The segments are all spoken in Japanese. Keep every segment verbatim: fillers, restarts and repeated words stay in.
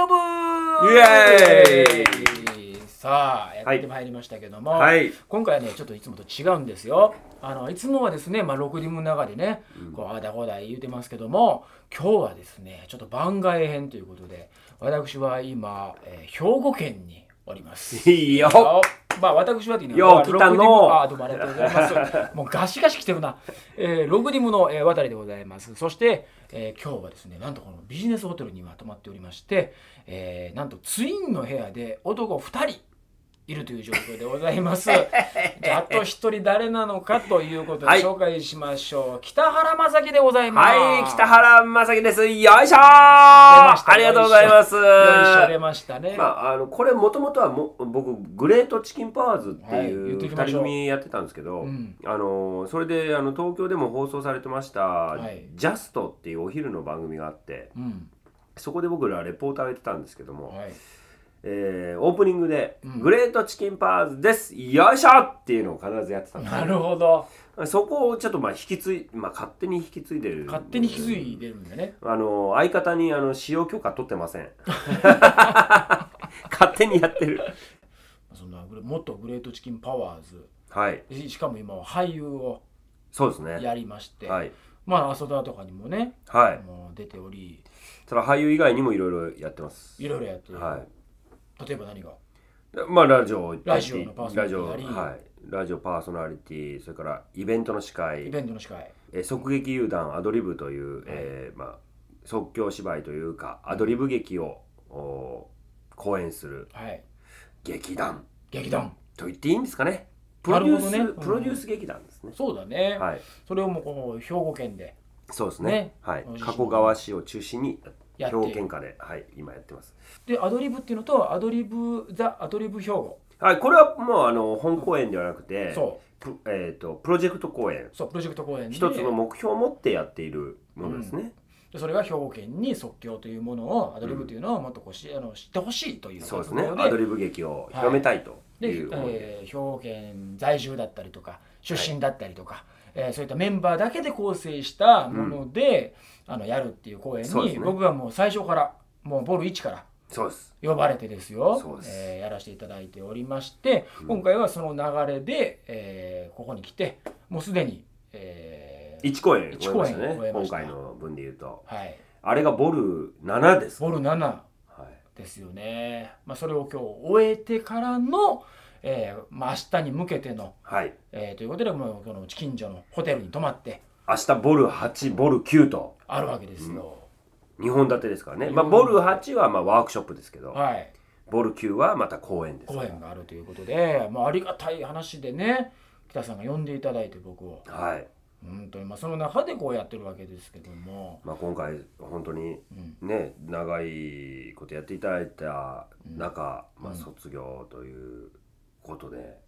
ブイエーイ。 さあやってまいりましたけども、 はい、 今回はねちょっといつもと違うんですよ。あのいつもはですね、まあ、ろくディムの中でね、うん、こうあだこだ言うてますけども、今日はですねちょっと番外編ということで、私は今、えー、兵庫県におります。 いいよ。 まあ私はというのはよう来たの。 あ、どうもありがとうございます。もうガシガシ来てるな。えー、ろくディムの、えー、渡りでございます。そして、えー、今日はですね、なんとこのビジネスホテルには泊まっておりまして、えー、なんとツインの部屋で男ふたりいるという状況でございます。じゃあ、あと一人誰なのかということで紹介しましょう。はい、北原正樹でございます。 はい、北原正樹です。よいしょー。出ました。ありがとうございます。よいしょ出ましたね。 まあ、あのこれもともとはも僕グレートチキンパワーズっていうふたり組やってたんですけど、はい、うん、あのそれであの東京でも放送されてました、はい、ジャストっていうお昼の番組があって、うん、そこで僕らレポーターをやってたんですけども、はい、えー、オープニングで、うん、グレートチキンパワーズです、よいしょっていうのを必ずやってたんです。 なるほど。 そこをちょっとまあ引き継い、まあ、勝手に引き継いでる。 勝手に引き継いでるんでね。 あの相方にあの使用許可取ってません。勝手にやってる。 そんな元グレートチキンパワーズ、 はい、 しかも今は俳優をそうですねやりまして、 はい、 まあ朝ドラとかにもね、 はい、 もう出ており、 ただ俳優以外にもいろいろやってます。 いろいろやってる。 はい、 例えば何が？ まあラジオ、 ラジオのパーソナリティラジオ、はい、ラジオパーソナリティ、それからイベントの司会、 イベントの司会、 え即劇遊団アドリブという、はい、えー、まあ即興芝居というかアドリブ劇を公演する、はい、劇団、 劇団と言っていいんですかね。プロデュース、 ね、 プロデュース劇団ですね。 そうだね。 はい、 それをもうこの兵庫県で、 そうですね。ね、はい、加古川市を中心に兵庫県下で、はい、今やってます。 でアドリブっていうのとアドリブザアドリブ兵庫。 はい、これはもうあの本公演ではなくて、 そうプ、えーと、プロジェクト公演。 そう、プロジェクト公演で一つの目標を持ってやっているものですね。 うん、それが兵庫県に即興というものを、アドリブというのをもっとこうし、うん、あの知ってほしいというそうですね。アドリブ劇を広めたいという、 はい、で、えー、兵庫県在住だったりとか出身だったりとか、はい、えー、そういったメンバーだけで構成したもので、うん、あのやるっていう公演に、ね、僕がもう最初からもうボルいちからそうです呼ばれてですよ、 そうです、 えー、やらせていただいておりまして、うん、今回はその流れで、えー、ここに来てもうすでに、えー、いち公演終えましたね。今回の分でいうと、 はい、 あれがボルななです。 ボルななですよね。まあ、それを今日終えてからの、えーまあ、明日に向けての、 はい、 えー、ということでもうこの近所のホテルに泊まって明日ボルはちボルきゅうとあるわけですよ。 うん、にほん立てですからね。まあ、ボルはちはまあワークショップですけど、はい、ボルきゅうはまた公演です。 公演があるということで、まあ、ありがたい話でね、北さんが呼んでいただいて僕を、 はい、 本当にまあその中でこうやってるわけですけども、 まあ、今回本当にね、うん、長いことやっていただいた中、うん、まあ、卒業ということで、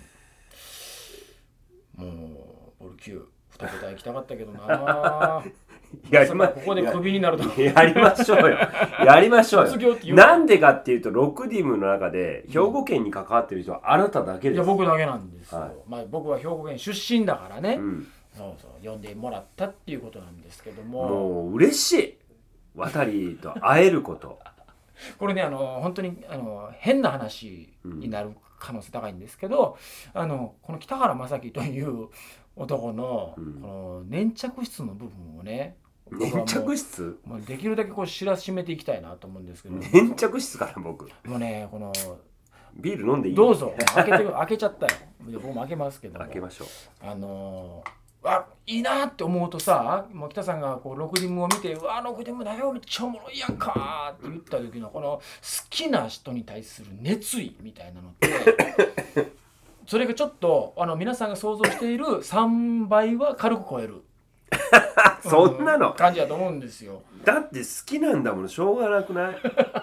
うん、もうボルきゅうに桁行きたかったけどなやりまここでクビになるとやりましょうよやりましょうよ。なんでかっていうとろくディムの中で兵庫県に関わってる人はあなただけです。 いや僕だけなんですよ、 はい、 まあ、僕は兵庫県出身だからね、うん、そうそう呼んでもらったっていうことなんですけども、 もう嬉しい渡りと会えることこれね、あの本当にあの変な話になる可能性高いんですけど、うん、あのこの北原正樹という男の、うん、この粘着質の部分をね、 粘着質もうできるだけこう知らしめていきたいなと思うんですけど、 粘着質から僕もうね、このビール飲んでいい？ どうぞ開けて開けちゃったよ。僕も開けますけども、 開けましょう。 あのあいいなって思うとさ、もう北さんがこうろくディムを見て、うわろくディムだよめっちゃおもろいやんかって言った時のこの好きな人に対する熱意みたいなのってそれがちょっとあの皆さんが想像しているさんばいは軽く超えるそんなの、 うん、感じだと思うんですよ。 だって好きなんだもん、しょうがなくない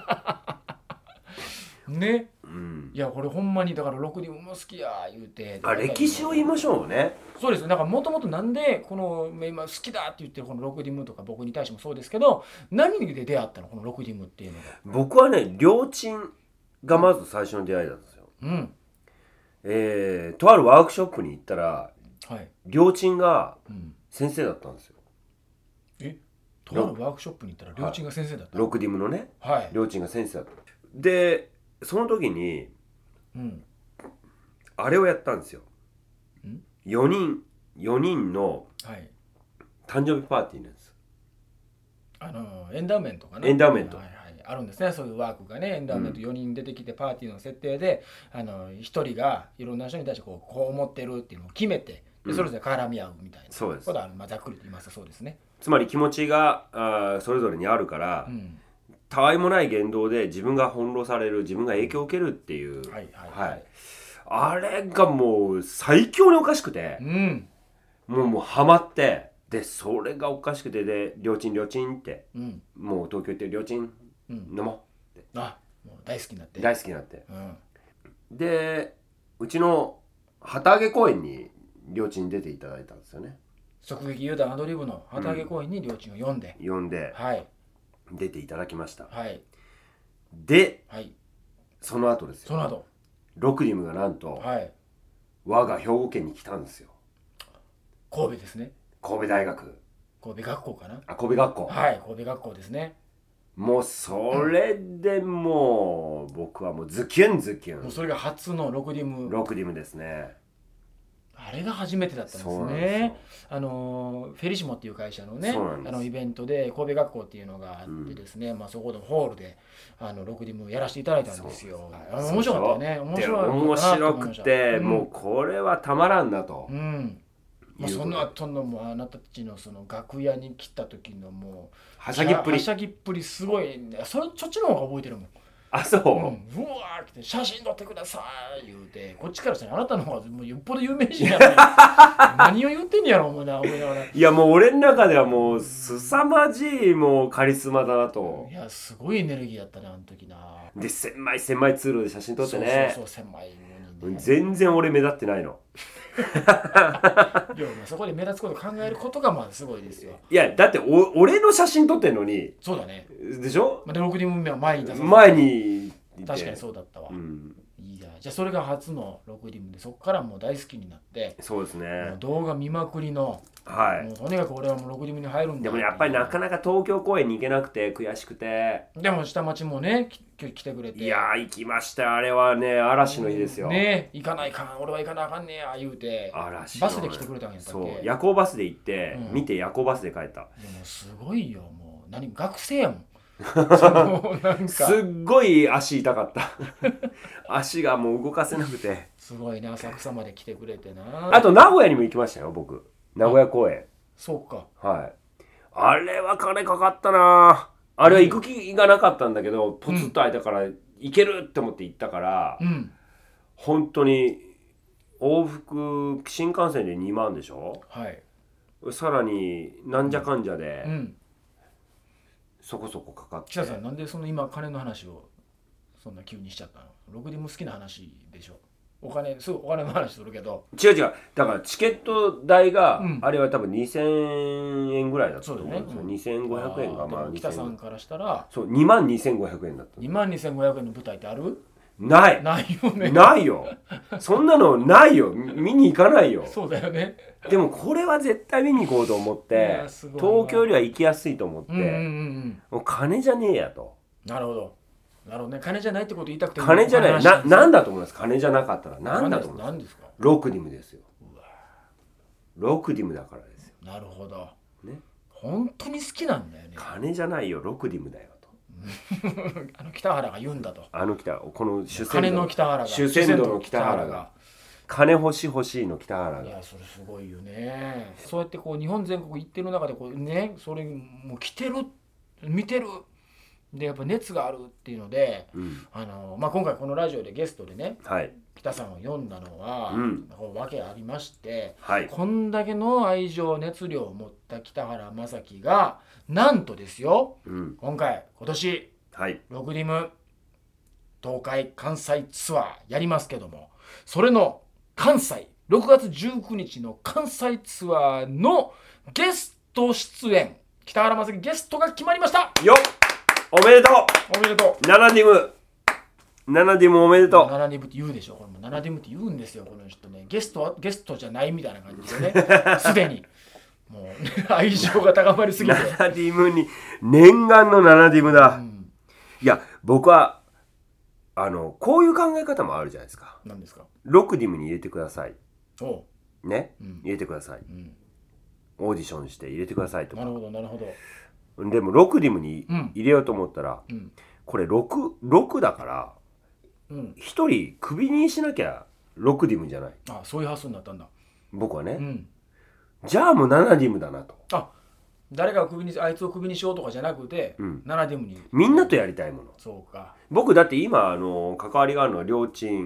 ね、うん、いやこれほんまにだからろくディムも好きや言うて、 あ歴史を言いましょうね。 そうです。だからもともとなんでこの今好きだって言ってるこのろくディムとか僕に対してもそうですけど、何で出会ったのこのろくディムっていうのが。 僕はね、両親がまず最初の出会いなんですよ。うん、えー、とあるワークショップに行ったら、はい、両親が先生だったんですよ。 うん、えとあるワークショップに行ったらりょーちんが先生だった、 ロックディムのね、 はい、 りょーちんが先生だった。でその時に、うん、あれをやったんですよ。んよにんよにんの誕生日パーティーなんです。 あのエンダウメントかな、 エンダウメント、 はいはい、あるんですね、そういうワークがね。エンダウメントよにん出てきてパーティーの設定で、うん、あのひとりがいろんな人に対してこう、こう思ってるっていうのを決めて、でそれぞれ絡み合うみたいなことは、まあ、ざっくりと言いますとそうですね。 つまり気持ちがあそれぞれにあるから、うん、たわいもない言動で自分が翻弄される、自分が影響を受けるっていう、はいはいはいはい、あれがもう最強におかしくて、うん、もうもうハマって、でそれがおかしくて、でりょーちんりょーちんって、うん、もう東京行ってりょーちん、うん、飲もうって、 あもう大好きになって大好きになって、うん、でうちの旗揚げ公演にりょーちん出ていただいたんですよね。 直撃ユダアドリブの旗揚げ公演にりょーちんを呼んで、 うん、呼んで、はい、出ていただきました。はい、で、はい、その後ですよ。 その後ロクリムがなんと、はい、我が兵庫県に来たんですよ。 神戸ですね。 神戸大学、 神戸学校かな。 あ、神戸学校、 はい、神戸学校ですね。 もうそれでもう、うん、僕はもうズキュンズキュン。 もうそれが初のロクリム。 ロクリムですね。 あれが初めてだったんですね。あのフェリシモっていう会社のね、あのイベントで神戸学校っていうのがあってですね、うん、まあそこのホールであのロクリムやらせていただいたんですよ。面白かったよね。 面白い。面白くて、うん、もうこれはたまらんなと。うん。 まあ、その後のもうあなたたちのその楽屋に来た時のもうはしゃぎっぷりはしゃぎっぷりすごい、ね、それそっちの方が覚えてるもん。 あ、そう、うん、 うわーって写真撮ってください言うて、こっちからしたらあなたの方がもうよっぽど有名人やから何を言ってんやろ思いながら、 いやもう俺の中ではもう凄まじいもうカリスマだなと。 いやすごいエネルギーやったねあの時な。 で狭い狭い通路で写真撮ってね。 そうそうそう狭いのに、ね、 全然俺目立ってないのいやそこで目立つこと考えることがまあすごいですよ。 いやだってお俺の写真撮ってんのに。 そうだね。 でしょ。 まあ、でろくにんめは前に出さ前にいて確かにそうだったわ、うん、いやじゃあそれが初のロクリムで、そこからもう大好きになって。 そうですね。 もう動画見まくりの、はい、もうとにかく俺はもうロクリムに入るんだ。 でもやっぱりなかなか東京公演に行けなくて悔しくて。 でも下町もねき来てくれて。 いやー行きました。あれはね嵐の日ですよ、 うん、ね行かないかん俺は行かなあかんねや言うて嵐バスで来てくれたんやったっけ。 そう夜行バスで行って、うん、見て夜行バスで帰った。でもすごいよ、もう何学生やもんなんかすっごい足痛かった足がもう動かせなくて。 すごいね、浅草まで来てくれてな。 あと名古屋にも行きましたよ僕。名古屋公演。 そうか。 はい。あれは金かかったな。あれは行く気がなかったんだけど、ポツッと空いたから行けるって思って行ったから、うん、本当に往復新幹線でにまんでしょ。はい。さらになんじゃかんじゃで、うんうん、そこそこかかって。 北さんなんでその今金の話をそんな急にしちゃったの。ロクリム好きな話でしょ。お金すぐお金の話するけど。 違う違う、だからチケット代が、うん、あれは多分にせんえんぐらいだったと思うんですよ、ね、にせんごひゃくえんがまあ北さんからしたらそうにまんにせんごひゃくえんだった。 にまんにせんごひゃくえんの舞台ってある？ ないないよね。 ないよそんなのないよ。見に行かないよ。 そうだよね。 でもこれは絶対見に行こうと思って東京よりは行きやすいと思って、うんうんうん、もう金じゃねえやと。 なるほどなるほどね。金じゃないってこと言いたくても金じゃない。な、なんだと思います。金じゃなかったらなんだと思います。 何ですか。 ロクディムですよ。ロクディムだからですよ。 なるほどね。本当に好きなんだよね。 金じゃないよ、ロクディムだよとあの北原が言うんだと。 あの北この主戦度の北原が主戦度の北原が金欲しい欲しいの北原が。 いやそれすごいよね。そうやってこう日本全国行ってる中でこうね、それもう来てる見てるでやっぱ熱があるっていうので、うん、あのまあ、今回このラジオでゲストでね、はい、北さんを呼んだのは、うん、訳ありまして、はい、こんだけの愛情熱量を持った北原雅樹がなんとですよ、うん、今回今年、はい、ロクディム東海関西ツアーやりますけども、それの関西ろくがつじゅうくにちの関西ツアーのゲスト出演、北原雅樹ゲストが決まりましたよっ。おめでとうおめでとう。ナナディムナナディムおめでとう。 ナナディムって言うでしょ。これもナナディムって言うんですよこの人ね。ゲストはゲストじゃないみたいな感じでねすでにもう愛情が高まりすぎてナナディムに念願のナナディムだ、うん、いや僕はあのこういう考え方もあるじゃないですか。 何ですか。 ろくディムに入れてくださいおね、うん、入れてください、うん、オーディションして入れてくださいとか。 なるほどなるほど。でもろくディムに入れようと思ったら、うん、これ 6, 6だからうん、ひとりクビにしなきゃろくディムじゃない。 あ、そういう発想になったんだ僕はね、うん、じゃあもうななディムだなと。 あ、誰かをクビにあいつをクビにしようとかじゃなくて、うん、ななディムにみんなとやりたいもの。 そうか。 僕だって今あの関わりがあるのは両親、うん、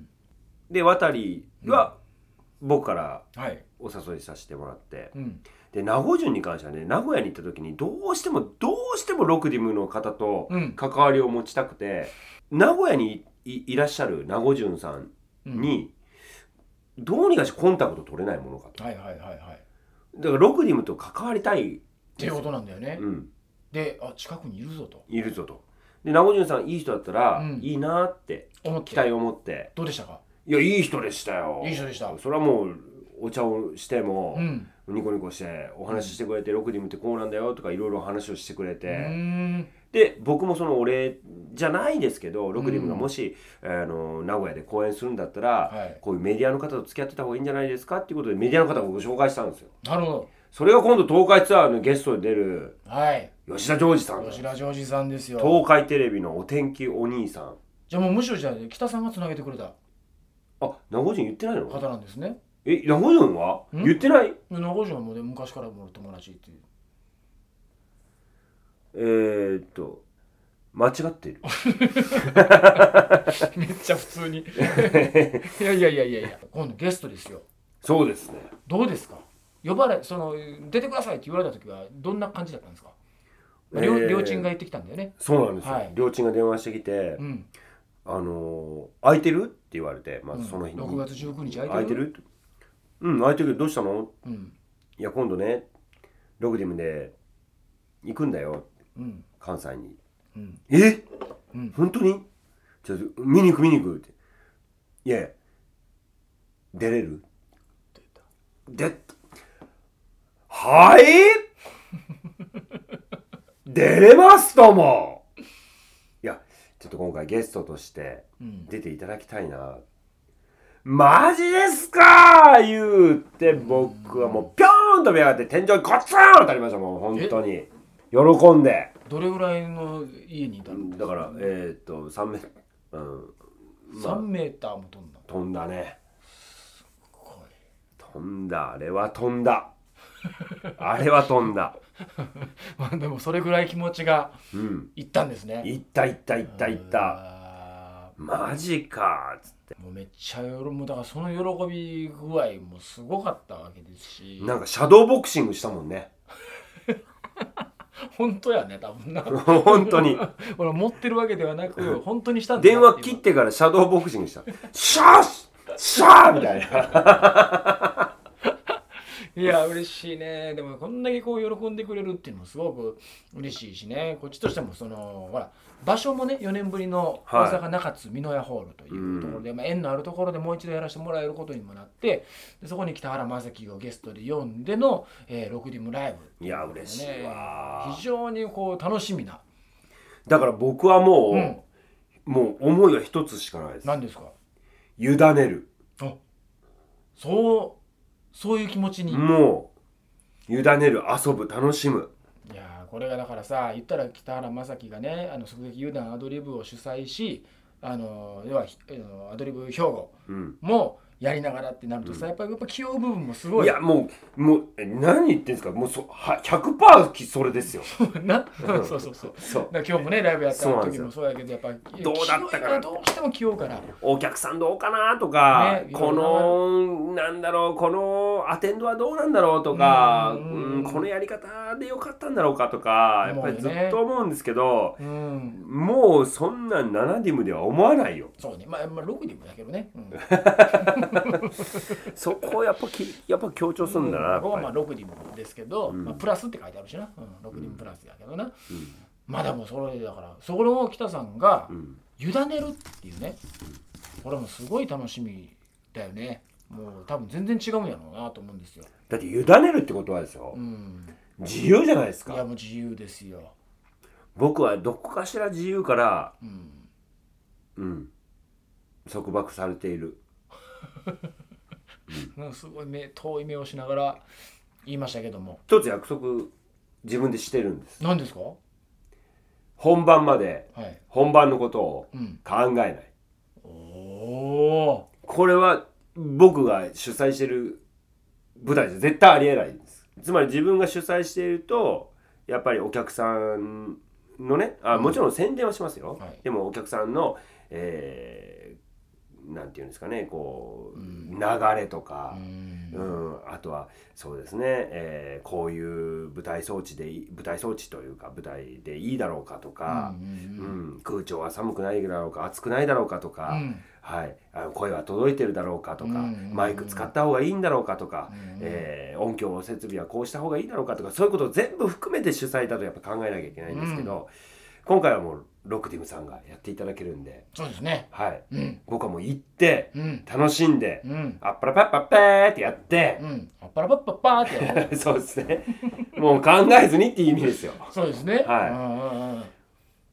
で渡りは僕からお誘いさせてもらって、うん、で名護順に関してはね、名古屋に行った時にどうしてもどうしてもろくディムの方と関わりを持ちたくて、うん、名古屋にい, いらっしゃる名護順さんに、うん、どうにかしてコンタクト取れないものかと。 はいはいはいはい。 だからろくディムと関わりたいっていうことなんだよね、うん、で、あ、近くにいるぞといるぞと。で名護順さんいい人だったら、うん、いいなって期待を持って。 どうでしたか。 いや、いい人でしたよ。 いい人でした。 それはもうお茶をしても、うん、ニコニコしてお話ししてくれて、うん、ろくディムってこうなんだよとかいろいろ話をしてくれて、うーん、で僕もそのお礼じゃないですけど、ろくディムがもし、うん、あの名古屋で公演するんだったら、はい、こういうメディアの方と付き合ってた方がいいんじゃないですかっていうことでメディアの方をご紹介したんですよ。 なるほど。 それが今度東海ツアーのゲストで出る、はい、吉田ジョージさん。 吉田ジョージさんですよ。 東海テレビのお天気お兄さん。 じゃあもうむしろじゃあ北さんがつなげてくれた。 あ、名護人言ってないの方なんですね。 え、名護人は言ってない。 名護人はもう、ね、昔からもう友達っていう。 えー、っと間違ってるめっちゃ普通にいやいやいやいやいや、今度ゲストですよ。 そうですね。 どうですか。呼ばれ、その出てくださいって言われた時はどんな感じだったんですか。えー、両親が言ってきたんだよね。 そうなんですよ、はい、両親が電話してきて、うん、あのー、空いてるって言われて、まずその日に、 うん、ろくがつじゅうくにち空いてる。 空いてる。うん、空いてるけどどうしたの、うん、いや今度ねろくディムで行くんだよ、うん、関西に、うん、え、うん、本当にちょっと見に行く見に行くって。いやいや出れるで、はい出れますとも。いやちょっと今回ゲストとして出ていただきたいな、うん、マジですか言うて僕はもうピョーンと見上がって天井にコツン当たりました。もう本当に喜んで。 どれぐらいの家にいたの。だからえー、っとさんメーター、うんまあ、さんメーターも飛んだ。 飛んだね。すごい飛んだ。あれは飛んだあれは飛んだまあでもそれぐらい気持ちがいったんですね、 うん、いったいったいったいったマジかっつって。 もうめっちゃ喜ぶ。だからその喜び具合もすごかったわけですし、 なんかシャドーボクシングしたもんね本当やね多分な本当に俺持ってるわけではなく本当にしたんだ。 電話切ってからシャドーボクシングしたシャーシャーみたいないや嬉しいね。でもこんだけこう喜んでくれるっていうのもすごく嬉しいしね。こっちとしてもそのほら場所もねよねんぶりの大阪中津美濃屋ホールというところで、はい、まあ、縁のあるところでもう一度やらせてもらえることにもなって、でそこに北原雅樹をゲストで呼んでの、えー、ろくディムライブ、ね、 いや嬉しいわ。 非常にこう楽しみな。 だから僕はもう、うん、もう思いは一つしかないです。 何ですか。 委ねる。 あ、そうそういう気持ちにもう委ねる、遊ぶ、楽しむ。 いやこれがだからさ、言ったら北原雅樹がね、あの即撃有弾アドリブを主催し、あの要はアドリブ兵庫もやりながらってなるとさ、うん、やっぱりやっぱ気負う部分もすごい。 いやもうもう何言ってんですか。もうそ ひゃくパーセント それですよなそうそうそうそうだ。今日もねライブやった時もそうやけど、やっぱりどうだったかな、 どうしても気負うから、 お客さんどうかなとか、ね、このなんだろう、このアテンドはどうなんだろうとか、うんうん、このやり方でよかったんだろうかとか、やっぱりずっと思うんですけど、ね、うん、もうそんなななディムでは思わないよ。 そうね、まあ、まあ、ろくディムだけどね、うんそこをやっぱきやっぱ強調するんだな、うん、 ここはまあろくディムですけど、うん、まあ、プラスって書いてあるしな、うん、ろくディムプラスやけどな、うん、まあでもそれだからそれを北さんが委ねるっていうね、これもすごい楽しみだよね。 もう多分全然違うんやろうなと思うんですよ。 だって委ねるってことはですよ、うん、自由じゃないですか。 いやもう自由ですよ。 僕はどこかしら自由から、うんうん、束縛されている、 うん、すごい目遠い目をしながら言いましたけども、 一つ約束自分でしてるんです。 何ですか？ 本番まで、はい、本番のことを考えない、うん、おー、これは僕が主催してる舞台じゃ絶対ありえないんです。つまり自分が主催しているとやっぱりお客さんのね、あ、もちろん宣伝はしますよ、うん、はい、でもお客さんの、えー、なんていうんですかね、こう、うん、流れとか、うん、うん、あとはそうですね、えー、こういう舞台装置で舞台装置というか舞台でいいだろうかとか、うんうんうん、空調は寒くないだろうか暑くないだろうかとか、うん、はい、あの声は届いてるだろうかとか、うんうんうん、マイク使った方がいいんだろうかとか、うんうん、えー、音響設備はこうした方がいいだろうかとか、そういうことを全部含めて主催だとやっぱ考えなきゃいけないんですけど、うん、今回はもうロックティムさんがやっていただけるんで、 そうですね、 はい、うん、僕はもう行って、うん、楽しんで、うん、あっぱらパッパッパーってやって、うん、 あっぱらパッパッパーってやってそうですね、もう考えずにっていう意味ですよ。 そうですね、 はい、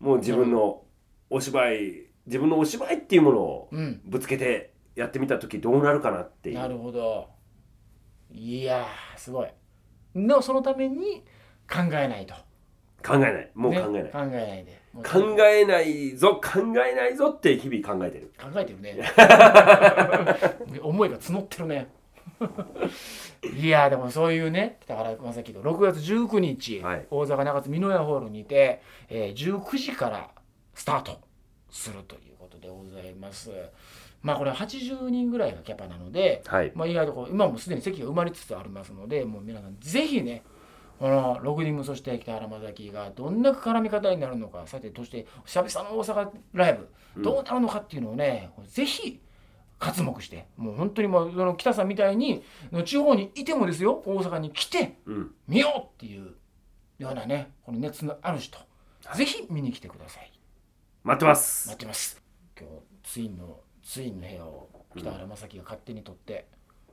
もう自分のお芝居自分のお芝居っていうものをぶつけてやってみた時どうなるかなっていう、 うん、なるほど。いやーすごい。のそのために考えないと。 考えない、もう考えない、ね、 考えないで考えないぞ考えないぞって日々考えてる考えてるね思いが募ってるねいやでもそういうね、北原雅樹のろくがつじゅうくにち、はい、大阪中津美濃屋ホールにて、えー、じゅうくじからスタートするということでございます。まあこれはちじゅうにんぐらいがキャパなので、はい、まあ意外とこう今もすでに席が埋まりつつありますので、もう皆さんぜひね、このログリムそして北原雅樹がどんな絡み方になるのか、さてとして久々の大阪ライブどうなるのかっていうのをね、うん、ぜひ刮目して、もう本当にもうその北さんみたいに地方にいてもですよ、大阪に来て見ようっていうようなね、この熱のある人、はい、ぜひ見に来てください。 待ってます待ってます。今日ツインのツインの部屋を北原雅樹が勝手に取って、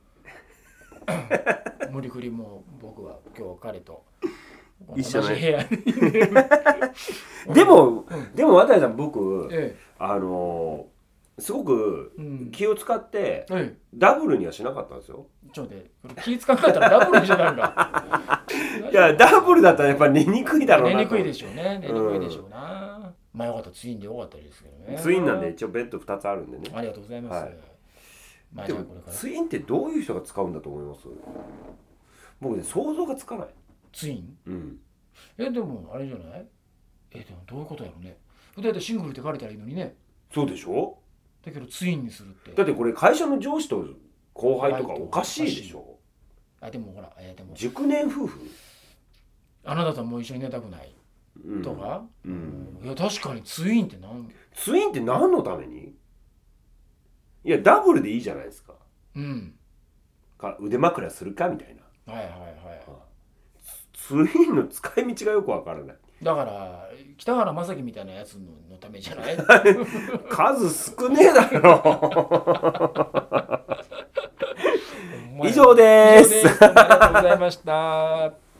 うん、無理くりもう僕は今日彼と一緒の部屋にでも、うん、でも渡さん僕、ええ、あのすごく気を使って、うん、ダブルにはしなかったんですよ。 ちょっとね、気使ったらダブルじゃないかいやダブルだったらやっぱ寝にくいだろうなと。 寝にくいでしょうね。寝にくいでしょうな、うん、まあよかったツインでよかったですけどね。 ツインなんで一応ベッドふたつあるんでね。 ありがとうございます、はい。 まあ、でもこれからツインってどういう人が使うんだと思います？僕ね想像がつかない。 ツイン？ うん。 えでもあれじゃない？えでもどういうことやろうね。だってシングルって書いたらいいのにね。 そうでしょ？ だけどツインにするって。 だってこれ会社の上司と後輩とかおかしいでしょ。 あでもほら、えー、でも熟年夫婦？ あなたともう一緒に寝たくない、うん、とか、うん、いや確かにツインって何？ ツインって何のために？いやダブルでいいじゃないですか。 うん。 か腕枕するかみたいな。 はいはいはい。 ツインの使い道がよくわからない。 だから北原雅樹みたいなやつ の, のためじゃない数少ねえだろ以上です。 ありがとうございました。